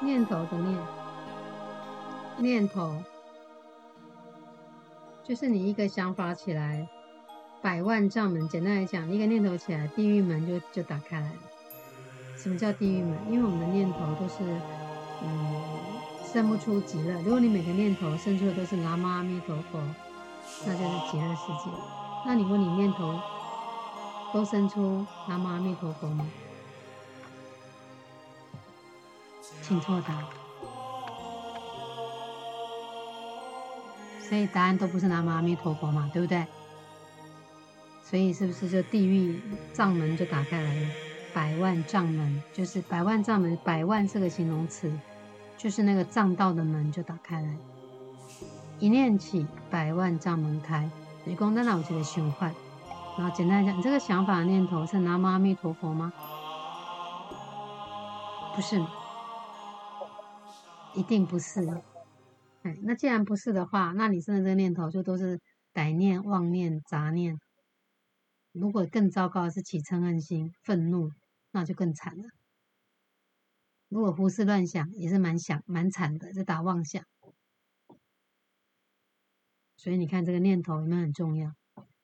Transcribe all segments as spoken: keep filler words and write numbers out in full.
念头的念，念头就是你一个想法起来，百万障门。简单来讲，一个念头起来，地狱门就就打开来了。什么叫地狱门？因为我们的念头都是，嗯，生不出极乐。如果你每个念头生出的都是南无阿弥陀佛，那就是极乐世界。那你问你念头都生出南无阿弥陀佛吗？请作答。所以答案都不是南无阿弥陀佛嘛，对不对？所以是不是就地狱障门就打开来了？百万障门就是百万障门，百万是个形容词，就是那个障道的门就打开来。一念起，百万障门开。你讲咱有一个想法，然后简单来讲，你这个想法的念头是南无阿弥陀佛吗？不是，一定不是。哎，那既然不是的话，那你生的这个念头就都是歹念、妄念、杂念。如果更糟糕的是起嗔恨心、愤怒，那就更惨了。如果胡思乱想，也是蛮想蛮惨的，就打妄想。所以你看这个念头有没有很重要？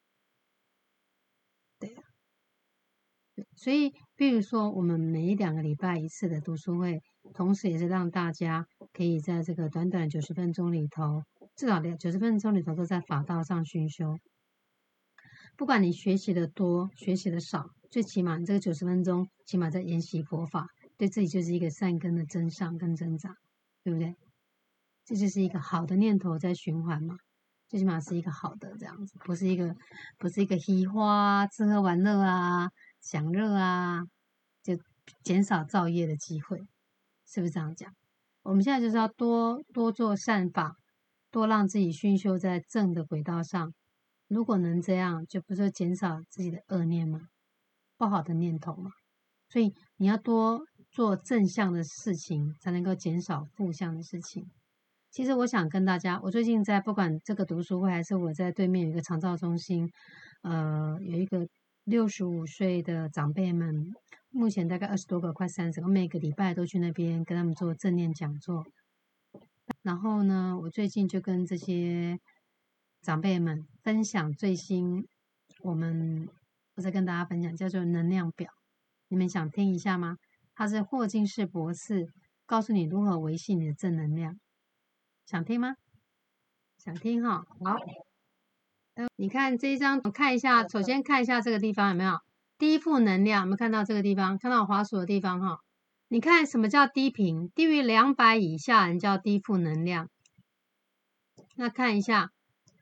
对啊。所以，比如说我们每一两个礼拜一次的读书会，同时也是让大家可以在这个短短九十分钟里头，至少九十分钟里头都在法道上熏修。不管你学习的多，学习的少，最起码你这个九十分钟，起码在研习佛法，对自己就是一个善根的增上跟增长，对不对？这就是一个好的念头在循环嘛，最起码是一个好的这样子，不是一个不是一个虚花吃喝玩乐啊、享乐啊，就减少造业的机会，是不是这样讲？我们现在就是要多多做善法，多让自己熏修在正的轨道上。如果能这样，就不是减少自己的恶念吗？不好的念头嘛。所以你要多做正向的事情，才能够减少负向的事情。其实我想跟大家，我最近在不管这个读书会，还是我在对面有一个长照中心，呃，有一个六十五岁的长辈们，目前大概二十多个，快三十个，每个礼拜都去那边跟他们做正念讲座。然后呢，我最近就跟这些长辈们分享最新，我们我在跟大家分享叫做能量表，你们想听一下吗？他是霍金士博士告诉你如何维系你的正能量，想听吗？想听哈，好，你看这一张，我看一下，首先看一下这个地方有没有低负能量，有没有看到这个地方？看到我滑鼠的地方哈？你看什么叫低频？低于两百以下人叫低负能量。那看一下，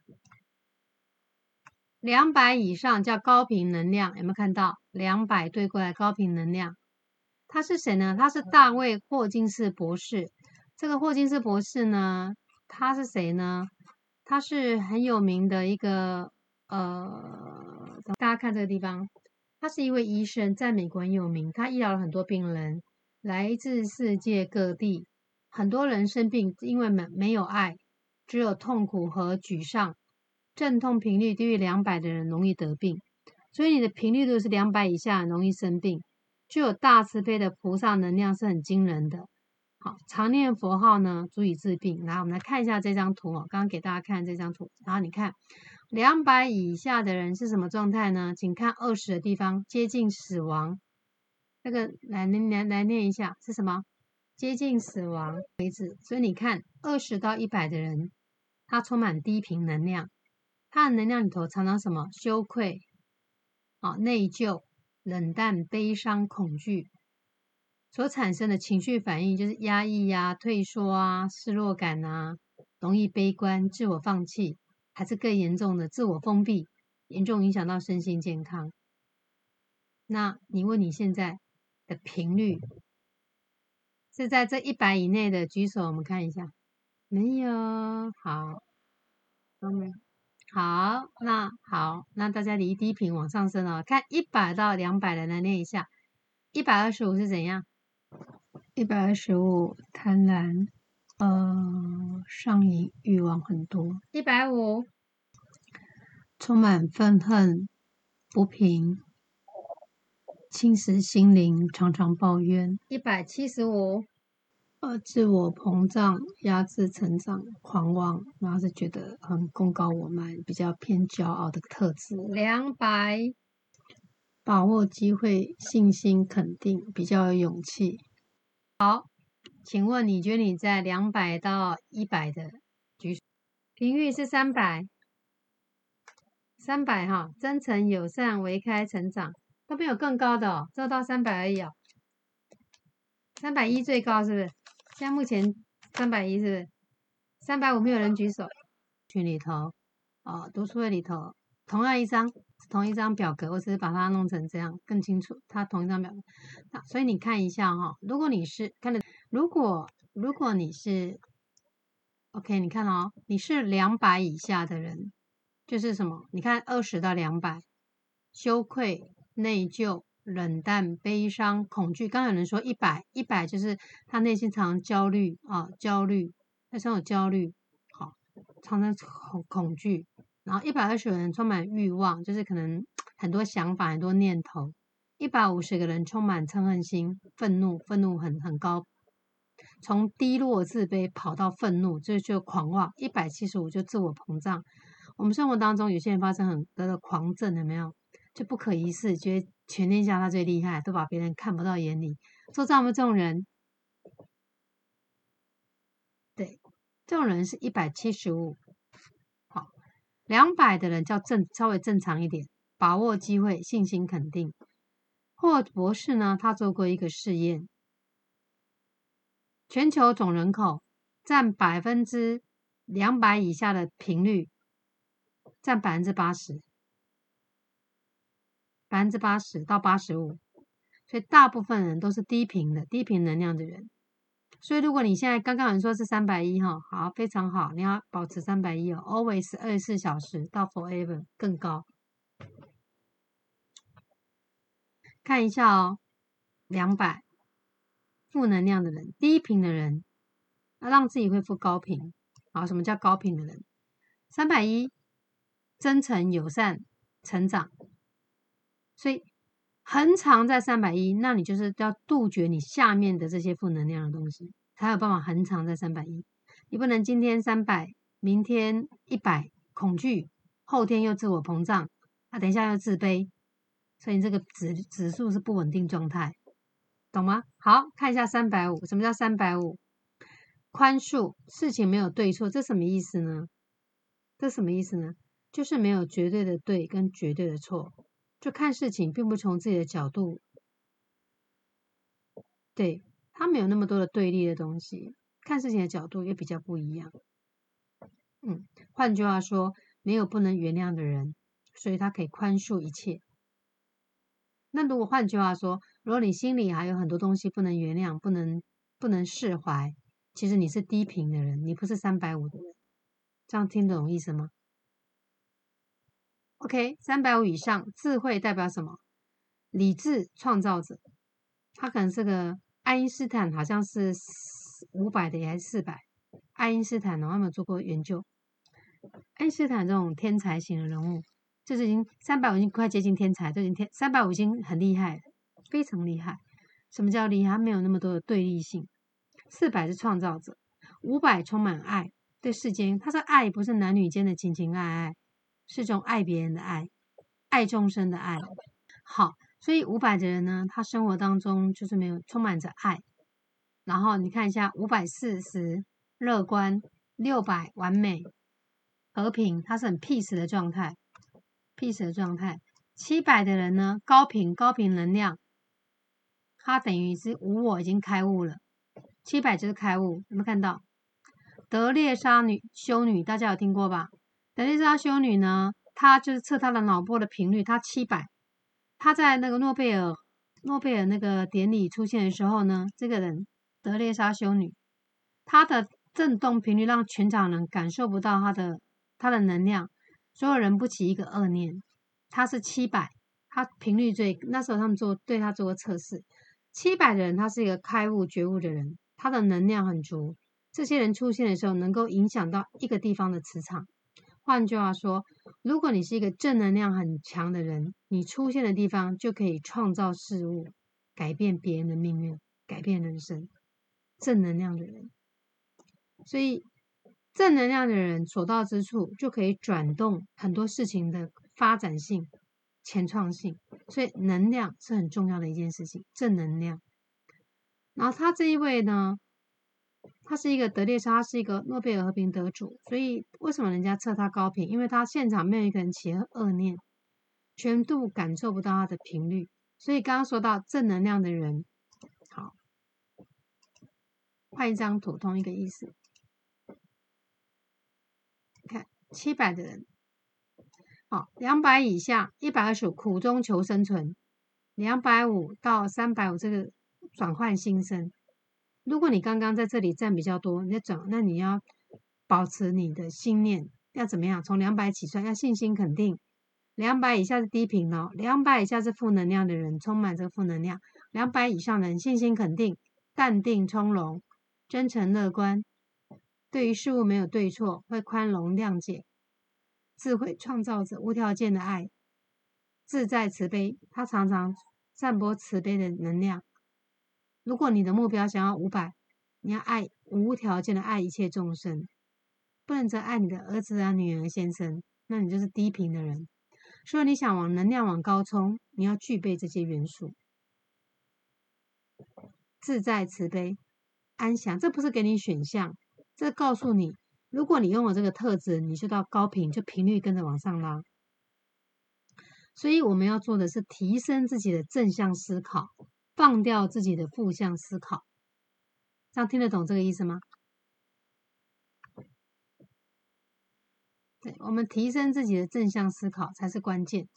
两百以上叫高频能量，有没有看到？两百对过来高频能量，他是谁呢？他是大卫霍金斯博士。这个霍金斯博士呢，他是谁呢？他是很有名的一个呃，大家看这个地方，他是一位医生，在美国很有名，他医疗了很多病人，来自世界各地。很多人生病，因为没没有爱，只有痛苦和沮丧。阵痛频率低于两百的人容易得病，所以你的频率如果是两百以下，容易生病。具有大慈悲的菩萨能量是很惊人的。好，常念佛号呢，足以治病。来，我们来看一下这张图哦，刚刚给大家看这张图，然后你看两百以下的人是什么状态呢？请看二十的地方，接近死亡。这个来来来念一下是什么？接近死亡为止。所以你看二十到一百的人，他充满低频能量。他的能量里头常常什么羞愧、啊内疚、冷淡、悲伤、恐惧所产生的情绪反应，就是压抑啊、退缩啊、失落感啊，容易悲观、自我放弃，还是更严重的自我封闭，严重影响到身心健康。那你问你现在的频率是在这一百以内的举手，我们看一下，没有，好，嗯。好，那好，那大家离低频往上升了，看一百到两百的来念一下。一百二十五是怎样？一百二十五贪婪，呃，上瘾欲望很多。一百五充满愤恨、不平，侵蚀心灵，常常抱怨。一百七十五呃，自我膨胀、压制成长、狂妄，然后是觉得很功高我慢，比较偏骄傲的特质。两百，把握机会，信心肯定，比较有勇气。好，请问你觉得你在两百到一百的举手？频率是三百，三百哈，真诚、友善、微开、成长，都没有更高的哦，只有到三百而已哦。三百一最高是不是？现在目前三百一是不是？三百五没有人举手。群里头，哦，读书会里头，同样一张，同一张表格，我只是把它弄成这样更清楚。它同一张表格，那所以你看一下哈、哦，如果你是看的，如果如果你是 OK，你看哦，你是两百以下的人，就是什么？你看二十到两百，羞愧、内疚、冷淡、悲伤、恐惧。刚刚有人说一百，一百就是他内心常常焦虑啊，焦虑，他常有焦虑，好，常常恐恐惧。然后一百二十个人充满欲望，就是可能很多想法、很多念头。一百五十个人充满嗔恨心、愤怒，愤怒很很高。从低落自卑跑到愤怒，这就狂妄。一百七十五就自我膨胀。我们生活当中有些人发生很多的狂症，有没有？就不可一世，觉得全天下他最厉害，都把别人看不到眼里。做这样的这种人，对，这种人是一百七十五。好，两百的人叫正，稍微正常一点，把握机会，信心肯定。霍博士呢，他做过一个试验。全球总人口占百分之两百以下的频率，占百分之八十，百分之八十到八十五，所以大部分人都是低频的、低频能量的人。所以如果你现在刚刚有人说是三百一哈，好，非常好，你要保持三百一哦 ，always 二十四小时到 forever 更高。看一下哦，两百负能量的人，低频的人。要让自己恢复高频。好，什么叫高频的人？三百一，真诚、友善、成长。所以恒常在三百一，那你就是要杜绝你下面的这些负能量的东西，才有办法恒常在三百一。你不能今天三百，明天一百，恐惧，后天又自我膨胀，啊，等一下又自卑，所以你这个指指数是不稳定状态，懂吗？好，看一下三百五，什么叫三百五？宽恕，事情没有对错，这什么意思呢？这什么意思呢？就是没有绝对的对跟绝对的错，就看事情并不从自己的角度，对，他没有那么多的对立的东西，看事情的角度也比较不一样。嗯，换句话说，没有不能原谅的人，所以他可以宽恕一切。那如果换句话说，如果你心里还有很多东西不能原谅、不能不能释怀，其实你是低频的人，你不是三百五的人。这样听得懂意思吗 ？OK， 三百五以上，智慧代表什么？理智创造者，他可能是个爱因斯坦，好像是五百的还是四百？爱因斯坦哦，他们有做过研究。爱因斯坦这种天才型的人物，就是已经三百五已经快接近天才，都已经天三百五已经很厉害了，非常厉害。什么叫厉害？他没有那么多的对立性。四百是创造者，五百充满爱，对世间，他说爱不是男女间的情情爱爱，是种爱别人的爱，爱众生的爱。好，所以五百的人呢，他生活当中就是没有充满着爱。然后你看一下五百四十乐观，六百完美和平，他是很 peace 的状态 ，peace 的状态。七百的人呢，高频高频能量，他等于是无我已经开悟了。七百就是开悟，有没有看到？德列莎女修女，大家有听过吧？德列莎修女呢，她就是测她的脑波的频率，她七百。她在那个诺贝尔诺贝尔那个典礼出现的时候呢，这个人德列莎修女，她的震动频率让全场人感受不到她的她的能量，所有人不起一个恶念。她是七百，她频率最，那时候他们做对她做过测试，七百的人他是一个开悟觉悟的人。他的能量很足，这些人出现的时候能够影响到一个地方的磁场。换句话说，如果你是一个正能量很强的人，你出现的地方就可以创造事物，改变别人的命运，改变人生。 正能量的人。所以正能量的人所到之处就可以转动很多事情的发展性、前创性，所以能量是很重要的一件事情，正能量。然后他这一位呢，他是一个德列莎，他是一个诺贝尔和平得主，所以为什么人家测他高频？因为他现场没有一个人起恶念，全部感受不到他的频率。所以刚刚说到正能量的人，好，换一张图，同一个意思。看七百的人，好，两百以下，一百二十五苦中求生存，两百五到三百五这个转换新生。如果你刚刚在这里占比较多，你在转，那你要保持你的信念，要怎么样？从两百起算，要信心肯定。两百以下是低频哦，两百以下是负能量的人，充满这个负能量。两百以上的人信心肯定，淡定从容，真诚乐观，对于事物没有对错，会宽容谅解，智慧创造者，无条件的爱，自在慈悲，他常常散播慈悲的能量。如果你的目标想要五百，你要爱无条件的爱一切众生，不能只爱你的儿子啊、女儿、先生，那你就是低频的人。所以你想往能量往高冲，你要具备这些元素：自在、慈悲、安详。这不是给你选项，这告诉你，如果你拥有这个特质，你就到高频，就频率跟着往上拉。所以我们要做的是提升自己的正向思考，放掉自己的负向思考。这样听得懂这个意思吗？对，我们提升自己的正向思考才是关键。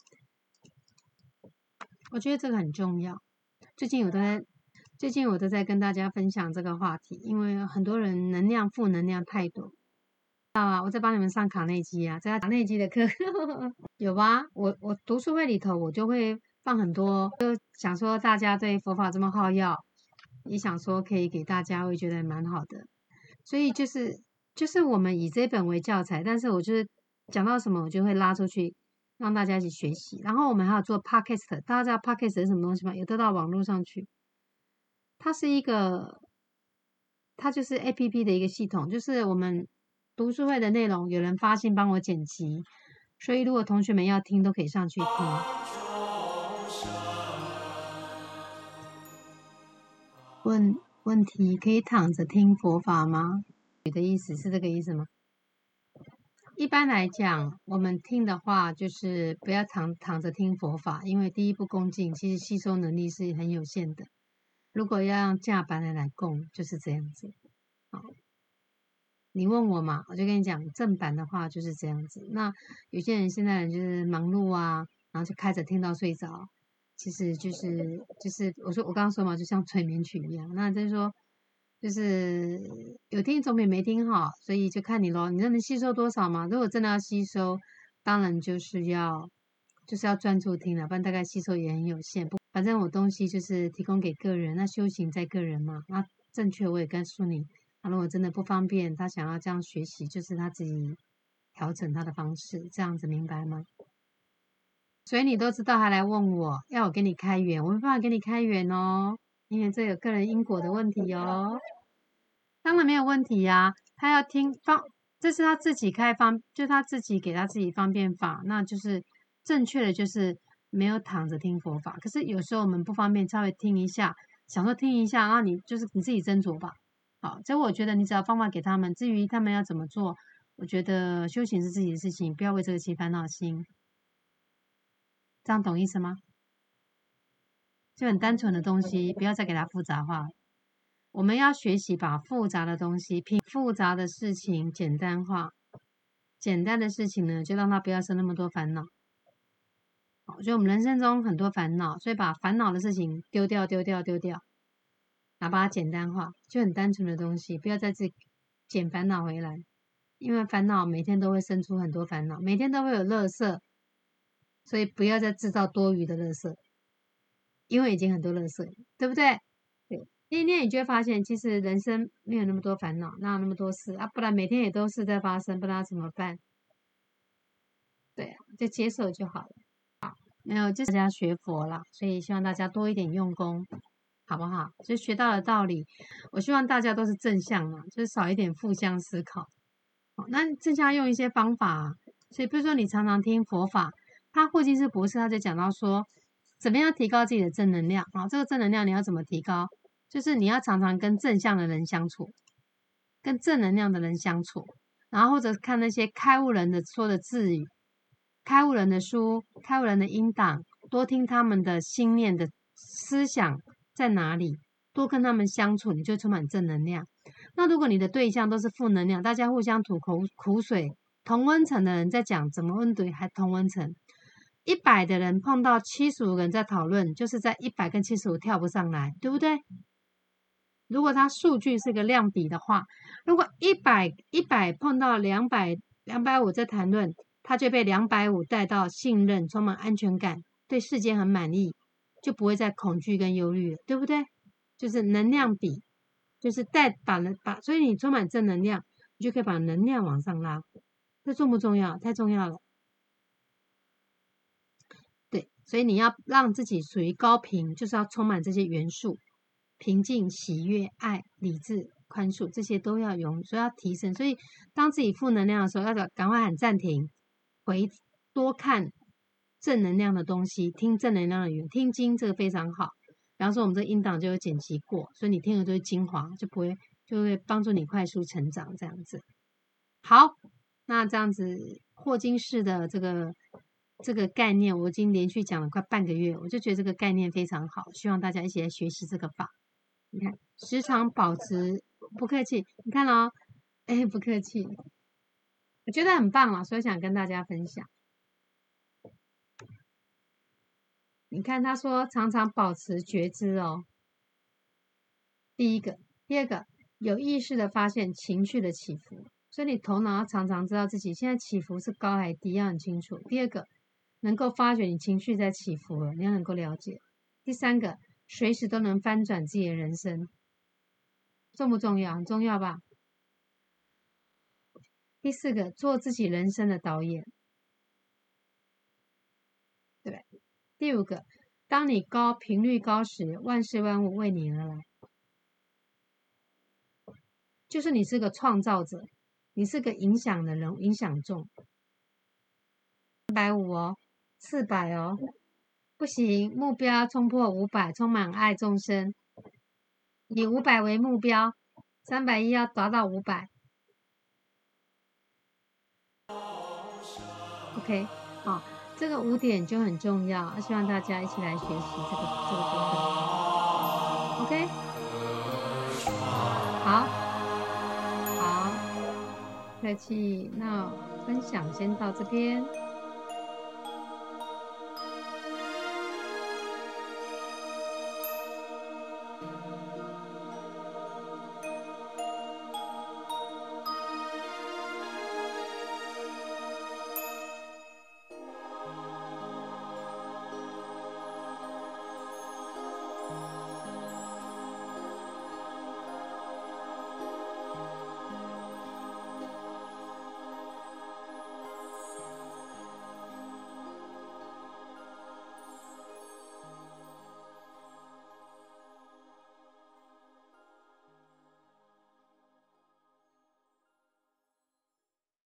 我觉得这个很重要。最近我都在，最近我都在跟大家分享这个话题，因为很多人能量负能量太多。啊，我在帮你们上卡内基啊，在卡内基的课有吧？我我读书会里头我就会放很多，就想说大家对佛法这么好要，也想说可以给大家，我也觉得蛮好的。所以就是就是我们以这本为教材，但是我就是讲到什么我就会拉出去让大家一起学习。然后我们还有做 podcast， 大家知道 podcast 是什么东西吗？也都到网络上去。它是一个，它就是 A P P 的一个系统，就是我们读书会的内容有人发信帮我剪辑，所以如果同学们要听都可以上去听。问问题，可以躺着听佛法吗？你的意思是这个意思吗？一般来讲，我们听的话就是不要躺躺着听佛法，因为第一不恭敬，其实吸收能力是很有限的。如果要用架板的来供，就是这样子。好，你问我嘛，我就跟你讲，正版的话就是这样子。那有些人现在人就是忙碌啊，然后就开着听到睡着，其实就是就是我说我刚刚说嘛，就像催眠曲一样。那就是说，就是有听总比没听好，所以就看你咯，你能吸收多少嘛？如果真的要吸收，当然就是要就是要专注听了，不然大概吸收也很有限。不，反正我东西就是提供给个人，那修行在个人嘛。那正确我也告诉你。他如果真的不方便，他想要这样学习，就是他自己调整他的方式，这样子明白吗？所以你都知道，还来问我要我给你开源，我没办法给你开源哦，因为这有个人因果的问题哦。当然没有问题呀、啊，他要听方，这是他自己开方，就他自己给他自己方便法，那就是正确的，就是没有躺着听佛法。可是有时候我们不方便，稍微听一下，想说听一下，那你就是你自己斟酌吧。好，所以我觉得你只要方法给他们，至于他们要怎么做，我觉得修行是自己的事情，不要为这个起烦恼心。这样懂意思吗？就很单纯的东西，不要再给它复杂化。我们要学习把复杂的东西、拼复杂的事情简单化，简单的事情呢，就让它不要生那么多烦恼。好，所以我们人生中很多烦恼，所以把烦恼的事情丢掉、丢掉、丢掉。然后把它简单化，就很单纯的东西，不要再自己捡烦恼回来，因为烦恼每天都会生出很多烦恼，每天都会有垃圾，所以不要再制造多余的垃圾，因为已经很多垃圾了，对不对？对，那天你就会发现，其实人生没有那么多烦恼，哪有那么多事啊？不然每天也都是在发生，不知道怎么办？对啊，就接受就好了。没有，就是大家学佛啦，所以希望大家多一点用功。 好不好？就学到的道理，我希望大家都是正向嘛，就是少一点负向思考。好，那正向用一些方法啊，所以比如说你常常听佛法，他霍金斯博士他就讲到说，怎么样提高自己的正能量啊？这个正能量你要怎么提高？就是你要常常跟正向的人相处，跟正能量的人相处，然后或者看那些开悟人的说的字语、开悟人的书、开悟人的音档，多听他们的心念的思想在哪里，多跟他们相处，你就充满正能量。那如果你的对象都是负能量，大家互相吐口苦水，同温层的人在讲怎么温对还同温层，一百的人碰到七十五个人在讨论，就是在一百跟七十五跳不上来，对不对？如果它数据是个量比的话，如果一百一百碰到两百两百五在谈论，他就被两百五带到信任、充满安全感，对世界很满意，就不会再恐惧跟忧虑了，对不对？就是能量比，就是带把人把，所以你充满正能量，你就可以把能量往上拉。这重不重要？太重要了。对，所以你要让自己属于高频，就是要充满这些元素。平静、喜悦、爱、理智、宽恕，这些都要有，所以要提升。所以当自己负能量的时候，要赶快喊暂停，回多看正能量的东西，听正能量的语言，听经这个非常好。然后说我们这个音档就有剪辑过，所以你听的都是精华，就不会就会帮助你快速成长这样子。好，那这样子霍金式的这个这个概念，我已经连续讲了快半个月，我就觉得这个概念非常好，希望大家一起来学习这个法。你看，时常保持，不客气。你看哦，哎，不客气，我觉得很棒了，所以想跟大家分享。你看他说常常保持觉知哦，第一个，第二个，有意识的发现情绪的起伏，所以你头脑要常常知道自己现在起伏是高还低，要很清楚。第二个，能够发觉你情绪在起伏了，你要能够了解。第三个，随时都能翻转自己的人生。重不重要？很重要吧。第四个，做自己人生的导演，对不对？第五个，当你高频率高时，万事万物为你而来，就是你是个创造者，你是个影响的人，影响众。三百五哦，四百哦，不行，目标冲破五百，充满爱众生，以五百为目标，三百一要达到五百。OK， 好，这个五点就很重要，希望大家一起来学习这个这个部分。OK， 好，好，客气，那分享先到这边。